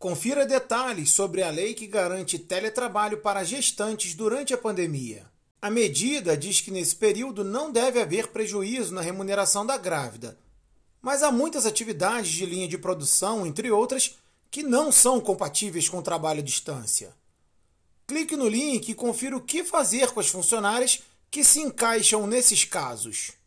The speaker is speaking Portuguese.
Confira detalhes sobre a lei que garante teletrabalho para gestantes durante a pandemia. A medida diz que nesse período não deve haver prejuízo na remuneração da grávida, mas há muitas atividades de linha de produção, entre outras, que não são compatíveis com o trabalho à distância. Clique no link e confira o que fazer com as funcionárias que se encaixam nesses casos.